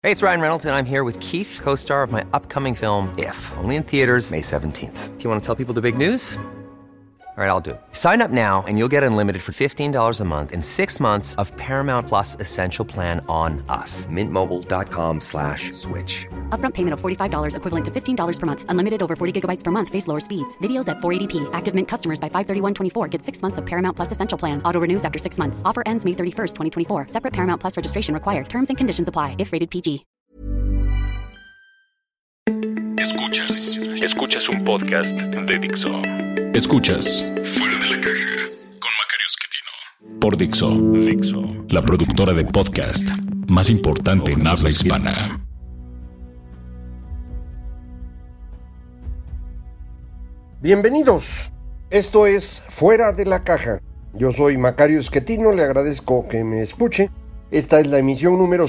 Hey, it's Ryan Reynolds, and I'm here with Keith, co-star of my upcoming film, If, only in theaters May 17th. Do you want to tell people the big news? All right, I'll do it. Sign up now and you'll get unlimited for $15 a month and 6 months of Paramount Plus Essential Plan on us. MintMobile.com/switch. Upfront payment of $45 equivalent to $15 per month. Unlimited over 40 gigabytes per month. Face lower speeds. Videos at 480p. Active Mint customers by 531.24 get 6 months of Paramount Plus Essential Plan. Auto renews after 6 months. Offer ends May 31st, 2024. Separate Paramount Plus registration required. Terms and conditions apply if rated PG. Escuchas un podcast de Dixo. Escuchas Fuera de la Caja con Macario Esquetino por Dixo, la productora de podcast más importante en habla hispana. Bienvenidos, esto es Fuera de la Caja. Yo soy Macario Esquetino, le agradezco que me escuche. Esta es la emisión número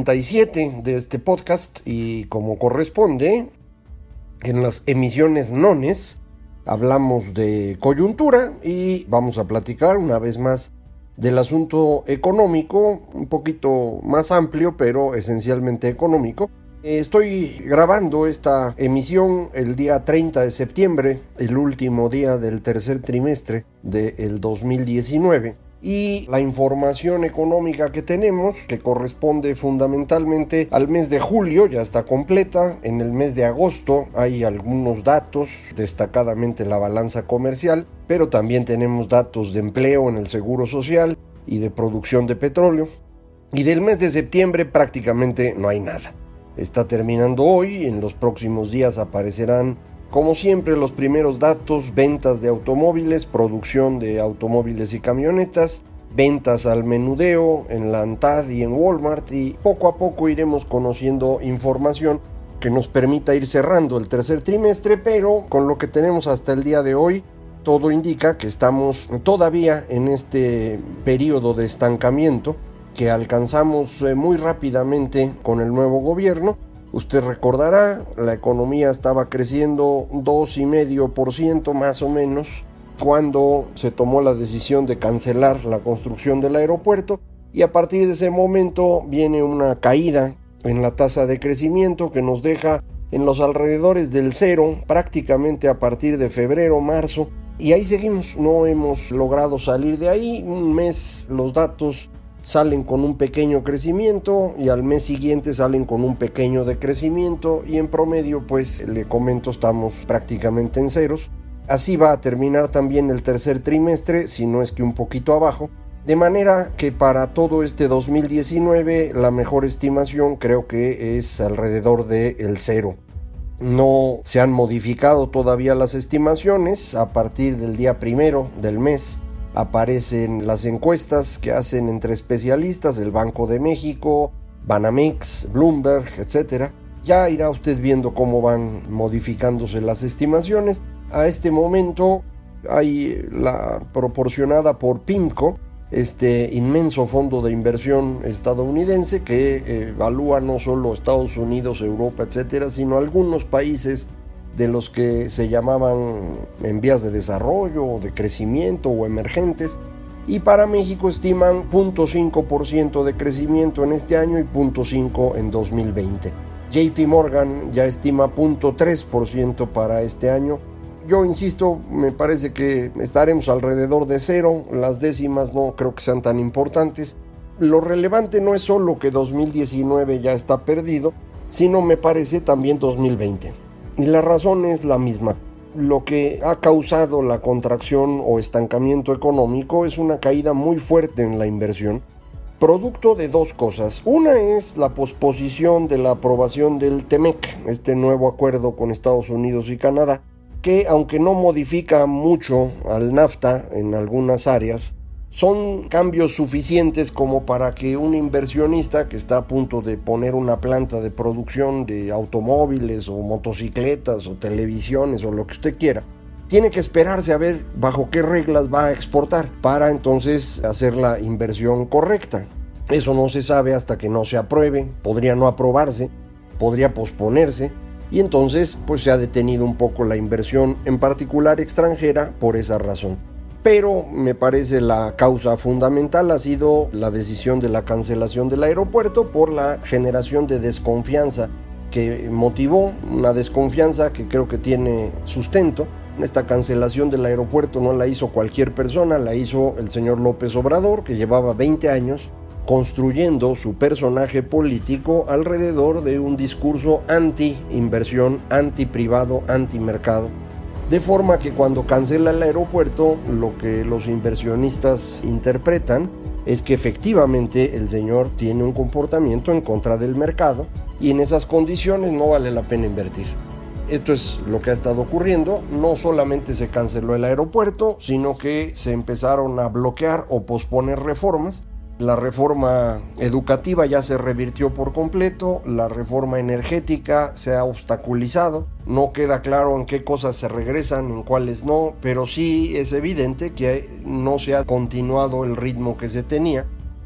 57 de este podcast y como corresponde, en las emisiones nones hablamos de coyuntura y vamos a platicar una vez más del asunto económico, un poquito más amplio pero esencialmente económico. Estoy grabando esta emisión el día 30 de septiembre, el último día del tercer trimestre del 2019. Y la información económica que tenemos, que corresponde fundamentalmente al mes de julio, ya está completa. En el mes de agosto hay algunos datos, destacadamente la balanza comercial, pero también tenemos datos de empleo en el Seguro Social y de producción de petróleo. Y del mes de septiembre prácticamente no hay nada. Está terminando hoy, en los próximos días aparecerán, como siempre, los primeros datos: ventas de automóviles, producción de automóviles y camionetas, ventas al menudeo en la ANTAD y en Walmart, y poco a poco iremos conociendo información que nos permita ir cerrando el tercer trimestre, pero con lo que tenemos hasta el día de hoy, todo indica que estamos todavía en este periodo de estancamiento que alcanzamos muy rápidamente con el nuevo gobierno. Usted recordará, la economía estaba creciendo 2,5% más o menos cuando se tomó la decisión de cancelar la construcción del aeropuerto, y a partir de ese momento viene una caída en la tasa de crecimiento que nos deja en los alrededores del cero prácticamente a partir de febrero, marzo, y ahí seguimos, no hemos logrado salir de ahí. Un mes los datos salen con un pequeño crecimiento y al mes siguiente salen con un pequeño decrecimiento, y en promedio, pues le comento, estamos prácticamente en ceros. Así va a terminar también el tercer trimestre, si no es que un poquito abajo, de manera que para todo este 2019 la mejor estimación creo que es alrededor del cero. No se han modificado todavía las estimaciones. A partir del día primero del mes aparecen las encuestas que hacen entre especialistas, el Banco de México, Banamex, Bloomberg, etc. Ya irá usted viendo cómo van modificándose las estimaciones. A este momento hay la proporcionada por PIMCO, este inmenso fondo de inversión estadounidense que evalúa no solo Estados Unidos, Europa, etc., sino algunos países de los que se llamaban en vías de desarrollo o de crecimiento o emergentes, y para México estiman 0.5% de crecimiento en este año y 0.5% en 2020. JP Morgan ya estima 0.3% para este año. Yo insisto, me parece que estaremos alrededor de cero, las décimas no creo que sean tan importantes. Lo relevante no es solo que 2019 ya está perdido, sino me parece también 2020. Y la razón es la misma. Lo que ha causado la contracción o estancamiento económico es una caída muy fuerte en la inversión, producto de dos cosas. Una es la posposición de la aprobación del TEMEC, este nuevo acuerdo con Estados Unidos y Canadá, que aunque no modifica mucho al NAFTA en algunas áreas, son cambios suficientes como para que un inversionista que está a punto de poner una planta de producción de automóviles o motocicletas o televisiones o lo que usted quiera, tiene que esperarse a ver bajo qué reglas va a exportar para entonces hacer la inversión correcta. Eso no se sabe hasta que no se apruebe, podría no aprobarse, podría posponerse, y entonces pues se ha detenido un poco la inversión, en particular extranjera, por esa razón. Pero me parece la causa fundamental ha sido la decisión de la cancelación del aeropuerto por la generación de desconfianza que motivó, una desconfianza que creo que tiene sustento. Esta cancelación del aeropuerto no la hizo cualquier persona, la hizo el señor López Obrador, que llevaba 20 años construyendo su personaje político alrededor de un discurso anti-inversión, anti-privado, anti-mercado. De forma que cuando cancela el aeropuerto, lo que los inversionistas interpretan es que efectivamente el señor tiene un comportamiento en contra del mercado y en esas condiciones no vale la pena invertir. Esto es lo que ha estado ocurriendo. No solamente se canceló el aeropuerto, sino que se empezaron a bloquear o posponer reformas. La reforma educativa ya se revirtió por completo, la reforma energética se ha obstaculizado, no queda claro en qué cosas se regresan, en cuáles no, pero sí es evidente que no se ha continuado el ritmo que se tenía.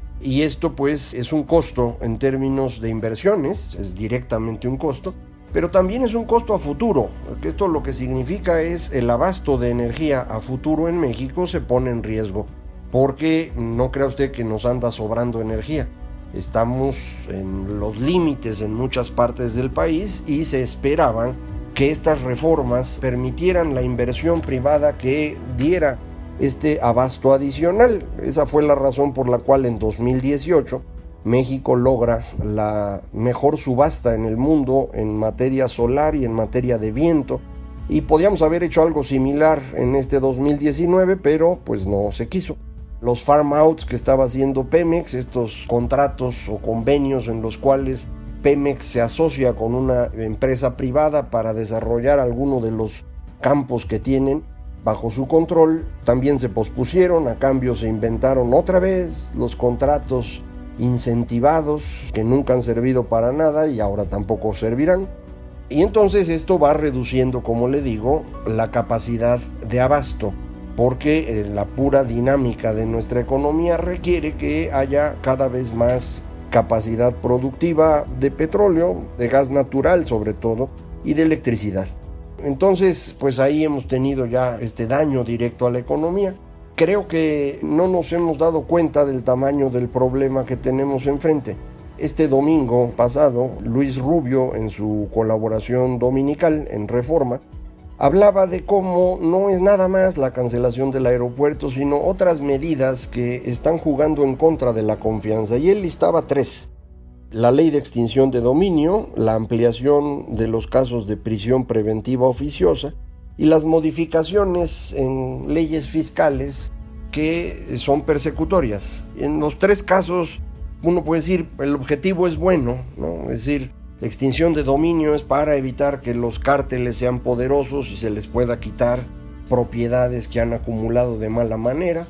Y esto pues es un costo en términos de inversiones, es directamente un costo, pero también es un costo a futuro, porque esto lo que significa es el abasto de energía a futuro en México se pone en riesgo, porque no crea usted que nos anda sobrando energía. Estamos en los límites en muchas partes del país y se esperaban que estas reformas permitieran la inversión privada que diera este abasto adicional. Esa fue la razón por la cual en 2018 México logra la mejor subasta en el mundo en materia solar y en materia de viento, y podíamos haber hecho algo similar en este 2019, pero pues no se quiso. Los farm outs que estaba haciendo Pemex, estos contratos o convenios en los cuales Pemex se asocia con una empresa privada para desarrollar alguno de los campos que tienen bajo su control, también se pospusieron. A cambio se inventaron otra vez los contratos incentivados que nunca han servido para nada y ahora tampoco servirán. Y entonces esto va reduciendo, como le digo, la capacidad de abasto, porque la pura dinámica de nuestra economía requiere que haya cada vez más capacidad productiva de petróleo, de gas natural sobre todo, y de electricidad. Entonces, pues ahí hemos tenido ya este daño directo a la economía. Creo que no nos hemos dado cuenta del tamaño del problema que tenemos enfrente. Este domingo pasado, Luis Rubio, en su colaboración dominical en Reforma, hablaba de cómo no es nada más la cancelación del aeropuerto, sino otras medidas que están jugando en contra de la confianza. Y él listaba 3. La ley de extinción de dominio, la ampliación de los casos de prisión preventiva oficiosa y las modificaciones en leyes fiscales que son persecutorias. En los 3 casos, uno puede decir, el objetivo es bueno, ¿no? Es decir, la extinción de dominio es para evitar que los cárteles sean poderosos y se les pueda quitar propiedades que han acumulado de mala manera.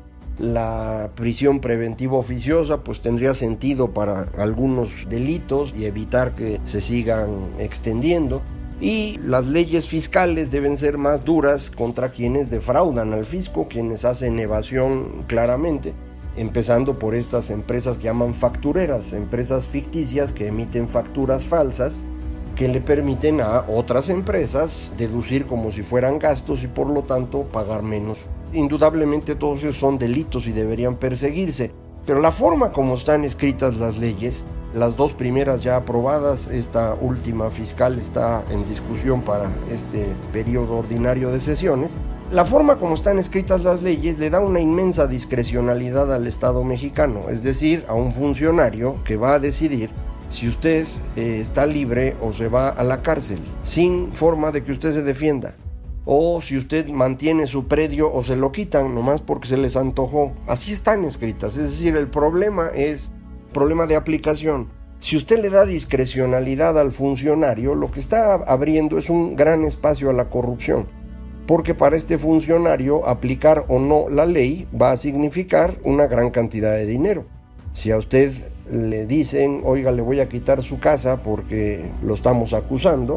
La prisión preventiva oficiosa pues tendría sentido para algunos delitos y evitar que se sigan extendiendo. Y las leyes fiscales deben ser más duras contra quienes defraudan al fisco, quienes hacen evasión claramente, empezando por estas empresas que llaman factureras, empresas ficticias que emiten facturas falsas que le permiten a otras empresas deducir como si fueran gastos y por lo tanto pagar menos. Indudablemente todos esos son delitos y deberían perseguirse, pero la forma como están escritas las leyes, las 2 primeras ya aprobadas, esta última fiscal está en discusión para este periodo ordinario de sesiones. La forma como están escritas las leyes le da una inmensa discrecionalidad al Estado mexicano, es decir, a un funcionario que va a decidir si usted está libre o se va a la cárcel, sin forma de que usted se defienda, o si usted mantiene su predio o se lo quitan nomás porque se les antojó. Así están escritas, es decir, el problema es problema de aplicación. Si usted le da discrecionalidad al funcionario, lo que está abriendo es un gran espacio a la corrupción, porque para este funcionario aplicar o no la ley va a significar una gran cantidad de dinero. Si a usted le dicen, oiga, le voy a quitar su casa porque lo estamos acusando,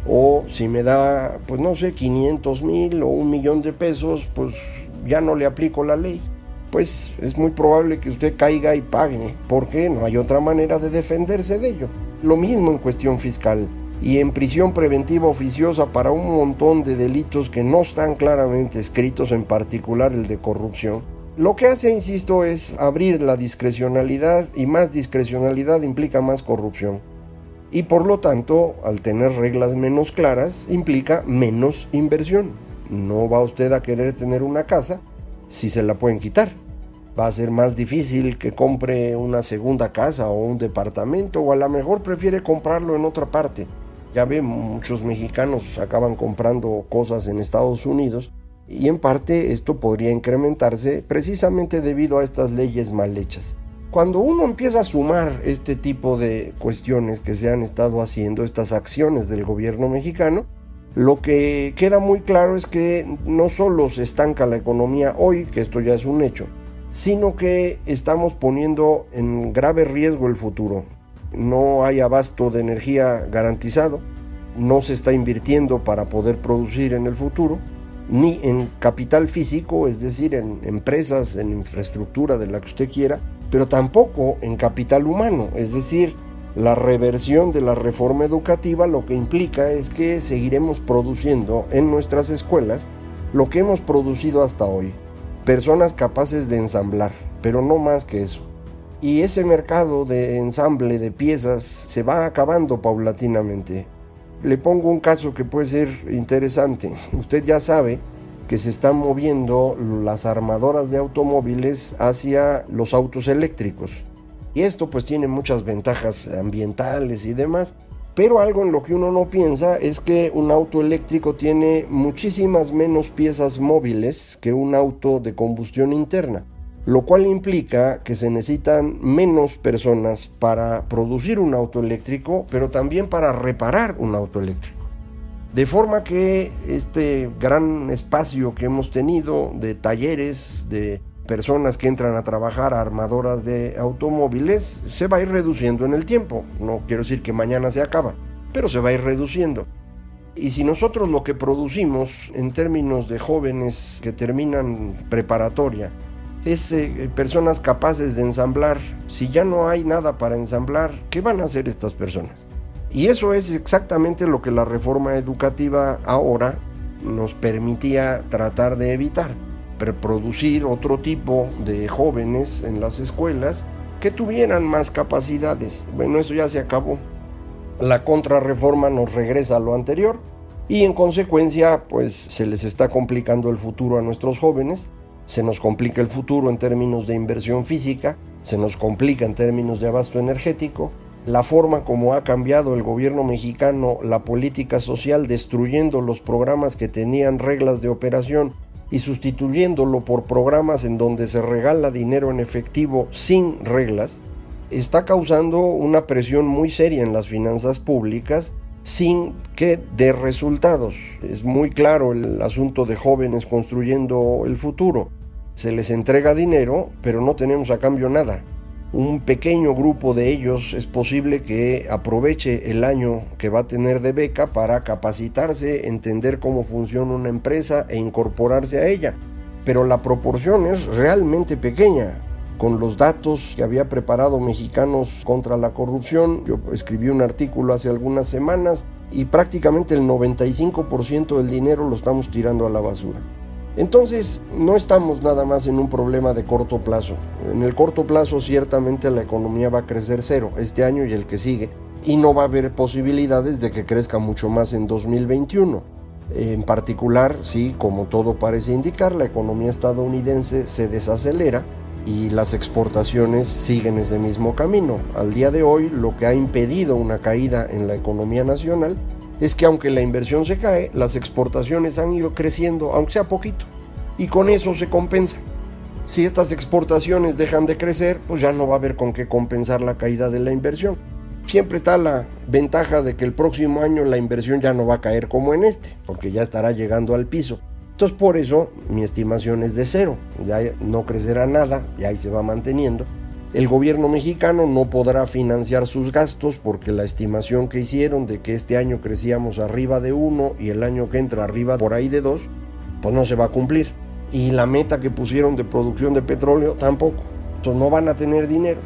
o si me da, pues no sé, 500,000 o 1,000,000 de pesos, pues ya no le aplico la ley. Pues es muy probable que usted caiga y pague, porque no hay otra manera de defenderse de ello. Lo mismo en cuestión fiscal. y en prisión preventiva oficiosa para un montón de delitos que no están claramente escritos, en particular el de corrupción. Lo que hace, insisto, es abrir la discrecionalidad, y más discrecionalidad implica más corrupción. Y por lo tanto, al tener reglas menos claras, implica menos inversión. No va usted a querer tener una casa si se la pueden quitar. Va a ser más difícil que compre una segunda casa o un departamento, o a lo mejor prefiere comprarlo en otra parte. Ya ven, muchos mexicanos acaban comprando cosas en Estados Unidos, y en parte esto podría incrementarse precisamente debido a estas leyes mal hechas. Cuando uno empieza a sumar este tipo de cuestiones que se han estado haciendo, estas acciones del gobierno mexicano, lo que queda muy claro es que no solo se estanca la economía hoy, que esto ya es un hecho, sino que estamos poniendo en grave riesgo el futuro. No hay abasto de energía garantizado, no se está invirtiendo para poder producir en el futuro, ni en capital físico, es decir, en empresas, en infraestructura de la que usted quiera, pero tampoco en capital humano, es decir, la reversión de la reforma educativa lo que implica es que seguiremos produciendo en nuestras escuelas lo que hemos producido hasta hoy, personas capaces de ensamblar, pero no más que eso. Y ese mercado de ensamble de piezas se va acabando paulatinamente. Le pongo un caso que puede ser interesante. Usted ya sabe que se están moviendo las armadoras de automóviles hacia los autos eléctricos. Y esto pues tiene muchas ventajas ambientales y demás, pero algo en lo que uno no piensa es que un auto eléctrico tiene muchísimas menos piezas móviles que un auto de combustión interna, lo cual implica que se necesitan menos personas para producir un auto eléctrico, pero también para reparar un auto eléctrico. De forma que este gran espacio que hemos tenido de talleres, de personas que entran a trabajar a armadoras de automóviles, se va a ir reduciendo en el tiempo. No quiero decir que mañana se acaba, pero se va a ir reduciendo. Y si nosotros lo que producimos en términos de jóvenes que terminan preparatoria es personas capaces de ensamblar, si ya no hay nada para ensamblar, ¿qué van a hacer estas personas? Y eso es exactamente lo que la reforma educativa ahora nos permitía tratar de evitar. Producir otro tipo de jóvenes en las escuelas que tuvieran más capacidades. Bueno, eso ya se acabó. La contrarreforma nos regresa a lo anterior y en consecuencia pues se les está complicando el futuro a nuestros jóvenes, se nos complica el futuro en términos de inversión física, se nos complica en términos de abasto energético, la forma como ha cambiado el gobierno mexicano la política social, destruyendo los programas que tenían reglas de operación y sustituyéndolo por programas en donde se regala dinero en efectivo sin reglas, está causando una presión muy seria en las finanzas públicas sin que dé resultados. Es muy claro el asunto de jóvenes construyendo el futuro. Se les entrega dinero, pero no tenemos a cambio nada. Un pequeño grupo de ellos es posible que aproveche el año que va a tener de beca para capacitarse, entender cómo funciona una empresa e incorporarse a ella. Pero la proporción es realmente pequeña. Con los datos que había preparado Mexicanos contra la Corrupción, yo escribí un artículo hace algunas semanas y prácticamente el 95% del dinero lo estamos tirando a la basura. Entonces, no estamos nada más en un problema de corto plazo. En el corto plazo, ciertamente la economía va a crecer cero este año y el que sigue, y no va a haber posibilidades de que crezca mucho más en 2021. En particular, sí, como todo parece indicar, la economía estadounidense se desacelera y las exportaciones siguen ese mismo camino. Al día de hoy, lo que ha impedido una caída en la economía nacional es que aunque la inversión se cae, las exportaciones han ido creciendo, aunque sea poquito, y con eso se compensa. Si estas exportaciones dejan de crecer, pues ya no va a haber con qué compensar la caída de la inversión. Siempre está la ventaja de que el próximo año la inversión ya no va a caer como en este, porque ya estará llegando al piso. Entonces por eso mi estimación es de cero, ya no crecerá nada, y ahí se va manteniendo. El gobierno mexicano no podrá financiar sus gastos porque la estimación que hicieron de que este año crecíamos arriba de 1 y el año que entra arriba por ahí de 2, pues no se va a cumplir. Y la meta que pusieron de producción de petróleo tampoco. Entonces no van a tener dinero.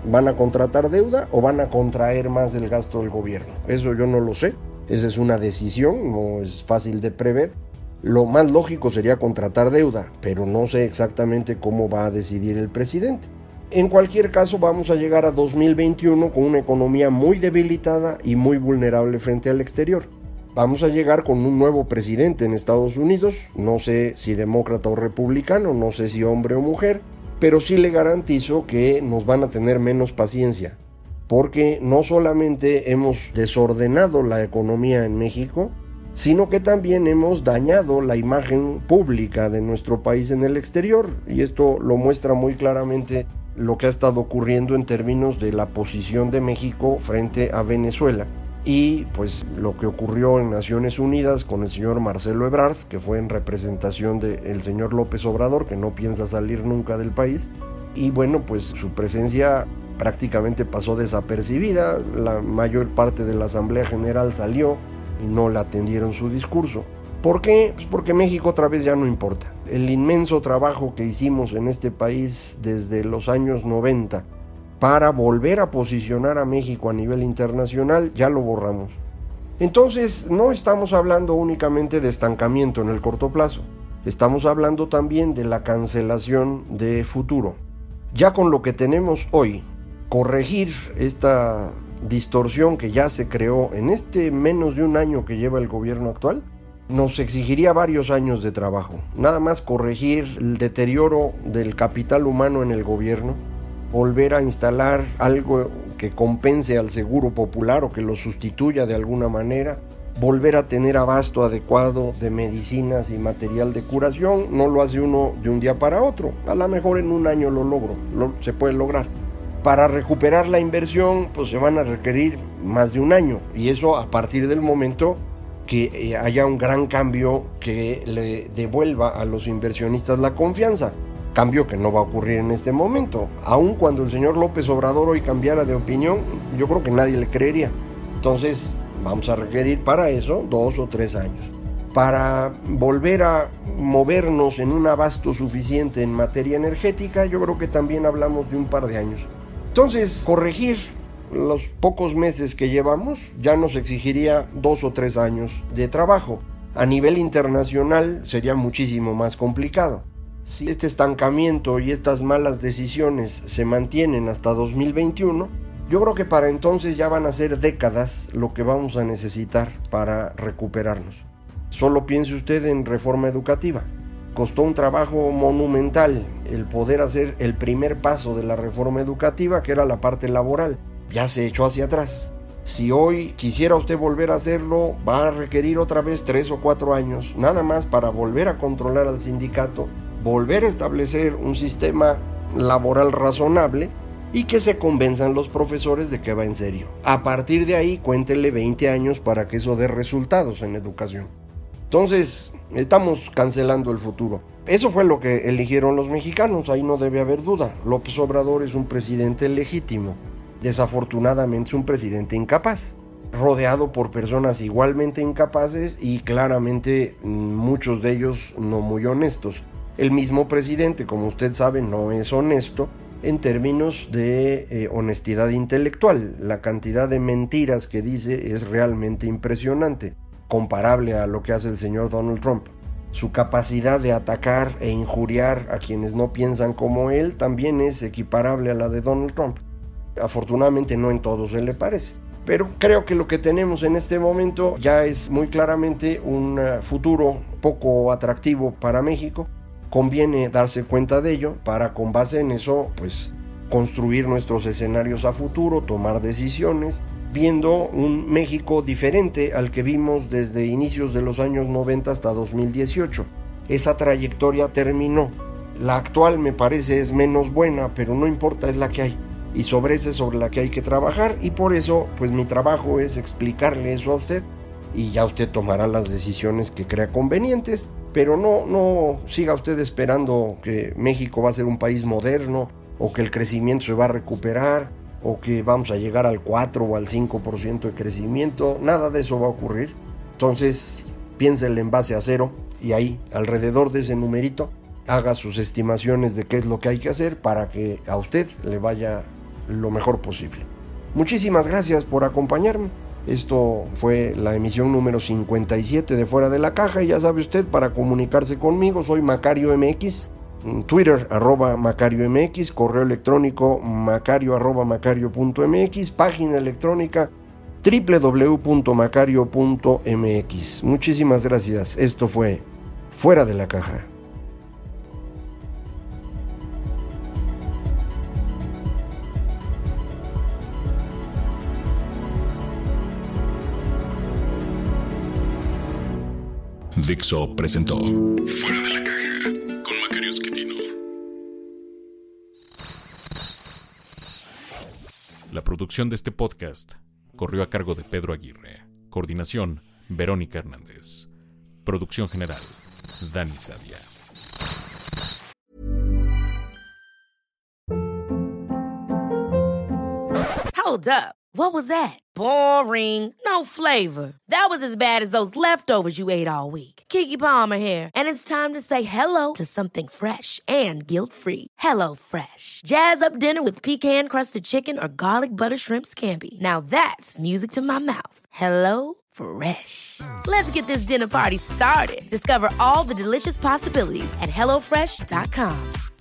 ¿Van a contratar deuda o van a contraer más el gasto del gobierno? Eso yo no lo sé. Esa es una decisión, no es fácil de prever. Lo más lógico sería contratar deuda, pero no sé exactamente cómo va a decidir el presidente. En cualquier caso, vamos a llegar a 2021 con una economía muy debilitada y muy vulnerable frente al exterior. Vamos a llegar con un nuevo presidente en Estados Unidos, no sé si demócrata o republicano, no sé si hombre o mujer, pero sí le garantizo que nos van a tener menos paciencia, porque no solamente hemos desordenado la economía en México, sino que también hemos dañado la imagen pública de nuestro país en el exterior, y esto lo muestra muy claramente lo que ha estado ocurriendo en términos de la posición de México frente a Venezuela, y pues lo que ocurrió en Naciones Unidas con el señor Marcelo Ebrard, que fue en representación del señor López Obrador, que no piensa salir nunca del país, y bueno, pues su presencia prácticamente pasó desapercibida, la mayor parte de la Asamblea General salió y no le atendieron su discurso. ¿Por qué? Pues porque México otra vez ya no importa. El inmenso trabajo que hicimos en este país desde los años 90 para volver a posicionar a México a nivel internacional, ya lo borramos. Entonces, no estamos hablando únicamente de estancamiento en el corto plazo, estamos hablando también de la cancelación de futuro. Ya con lo que tenemos hoy, corregir esta distorsión que ya se creó en este menos de un año que lleva el gobierno actual, nos exigiría varios años de trabajo. Nada más corregir el deterioro del capital humano en el gobierno, volver a instalar algo que compense al seguro popular o que lo sustituya de alguna manera, volver a tener abasto adecuado de medicinas y material de curación. No lo hace uno de un día para otro, a lo mejor en un año se puede lograr. Para recuperar la inversión, pues se van a requerir más de un año, y eso a partir del momento que haya un gran cambio que le devuelva a los inversionistas la confianza. Cambio que no va a ocurrir en este momento. Aun cuando el señor López Obrador hoy cambiara de opinión, yo creo que nadie le creería. Entonces, vamos a requerir para eso 2 o 3 años. Para volver a movernos en un abasto suficiente en materia energética, yo creo que también hablamos de un par de años. Entonces, corregir los pocos meses que llevamos ya nos exigiría 2 o 3 años de trabajo. A nivel internacional sería muchísimo más complicado. Si este estancamiento y estas malas decisiones se mantienen hasta 2021, yo creo que para entonces ya van a ser décadas lo que vamos a necesitar para recuperarnos. Solo piense usted en reforma educativa. Costó un trabajo monumental el poder hacer el primer paso de la reforma educativa, que era la parte laboral. Ya se echó hacia atrás. Si hoy quisiera usted volver a hacerlo, va a requerir otra vez 3 o 4 años, nada más para volver a controlar al sindicato, volver a establecer un sistema laboral razonable y que se convenzan los profesores de que va en serio. A partir de ahí, cuéntele 20 años para que eso dé resultados en educación. Entonces, estamos cancelando el futuro. Eso fue lo que eligieron los mexicanos, ahí no debe haber duda. López Obrador es un presidente legítimo. Desafortunadamente es un presidente incapaz, rodeado por personas igualmente incapaces y claramente muchos de ellos no muy honestos. El mismo presidente, como usted sabe, no es honesto en términos de honestidad intelectual. La cantidad de mentiras que dice es realmente impresionante, comparable a lo que hace el señor Donald Trump. Su capacidad de atacar e injuriar a quienes no piensan como él también es equiparable a la de Donald Trump. Afortunadamente no en todo se le parece, pero creo que lo que tenemos en este momento ya es muy claramente un futuro poco atractivo para México. Conviene darse cuenta de ello para, con base en eso, pues construir nuestros escenarios a futuro, tomar decisiones, viendo un México diferente al que vimos desde inicios de los años 90 hasta 2018. Esa trayectoria terminó. La actual me parece es menos buena, pero no importa, es la que hay. Y sobre esa es sobre la que hay que trabajar, y por eso pues mi trabajo es explicarle eso a usted, y ya usted tomará las decisiones que crea convenientes, pero no siga usted esperando que México va a ser un país moderno, o que el crecimiento se va a recuperar, o que vamos a llegar al 4 o al 5% de crecimiento. Nada de eso va a ocurrir. Entonces piénsele en base a 0, y ahí alrededor de ese numerito haga sus estimaciones de qué es lo que hay que hacer para que a usted le vaya lo mejor posible. Muchísimas gracias por acompañarme. Esto fue la emisión número 57 de Fuera de la Caja y ya sabe usted, para comunicarse conmigo soy Macario MX, Twitter @Macario MX, correo electrónico macario@macario.mx, página electrónica www.macario.mx. Muchísimas gracias. Esto fue Fuera de la Caja. Dixo presentó Fuera de la Caja con Macario Esquetino. La producción de este podcast corrió a cargo de Pedro Aguirre. Coordinación, Verónica Hernández. Producción general, Dani Sadia. Hold up. What was that? Boring. No flavor. That was as bad as those leftovers you ate all week. Keke Palmer here, and it's time to say hello to something fresh and guilt-free. Hello Fresh. Jazz up dinner with pecan-crusted chicken or garlic butter shrimp scampi. Now that's music to my mouth. Hello Fresh. Let's get this dinner party started. Discover all the delicious possibilities at HelloFresh.com.